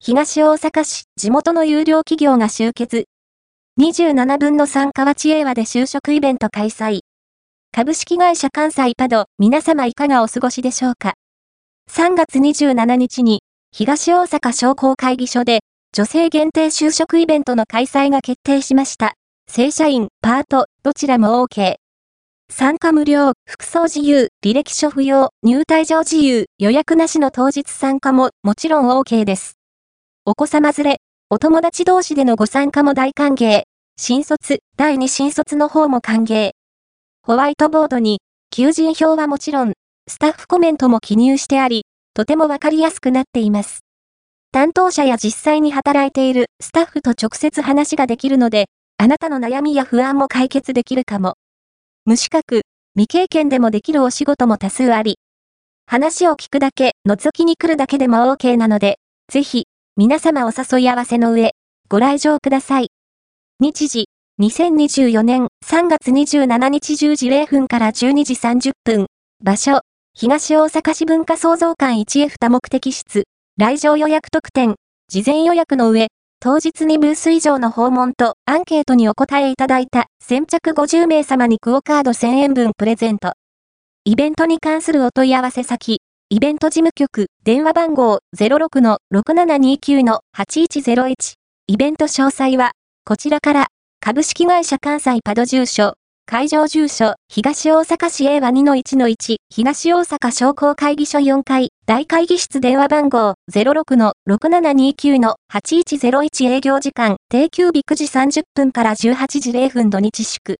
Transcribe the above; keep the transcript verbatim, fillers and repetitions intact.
東大阪市、地元の有料企業が集結。にじゅうななぶんのさん河内英和で就職イベント開催。株式会社関西パド、皆様いかがお過ごしでしょうか。さんがつにじゅうしちにちに、東大阪商工会議所で、女性限定就職イベントの開催が決定しました。正社員、パート、どちらも OK。参加無料、服装自由、履歴書不要、入退場自由、予約なしの当日参加ももちろん OK です。お子様連れ、お友達同士でのご参加も大歓迎。新卒、だいに新卒の方も歓迎。ホワイトボードに、求人票はもちろん、スタッフコメントも記入してあり、とてもわかりやすくなっています。担当者や実際に働いているスタッフと直接話ができるので、あなたの悩みや不安も解決できるかも。無資格、未経験でもできるお仕事も多数あり、話を聞くだけ、覗きに来るだけでも OK なので、ぜひ、皆様お誘い合わせの上、ご来場ください。日時、にせんにじゅうよねんさんがつにじゅうしちにちじゅうじぜろふんからじゅうにじさんじゅっぷん。場所、東大阪市文化創造館 いちエフ 多目的室。来場予約特典、事前予約の上、当日にブース以上の訪問とアンケートにお答えいただいた先着ごじゅうめい様にクオカードせんえんぶんプレゼント。イベントに関するお問い合わせ先、イベント事務局、電話番号 ゼロろくのろくななにきゅうのはちいちゼロいち。イベント詳細は、こちらから、株式会社関西パド住所、会場住所、東大阪市 エーはにのいちのいち、東大阪商工会議所よんかい、大会議室電話番号 ゼロろくのろくななにきゅうのはちいちゼロいち営業時間、定休日くじさんじゅっぷんからじゅうはちじぜろふん土日祝。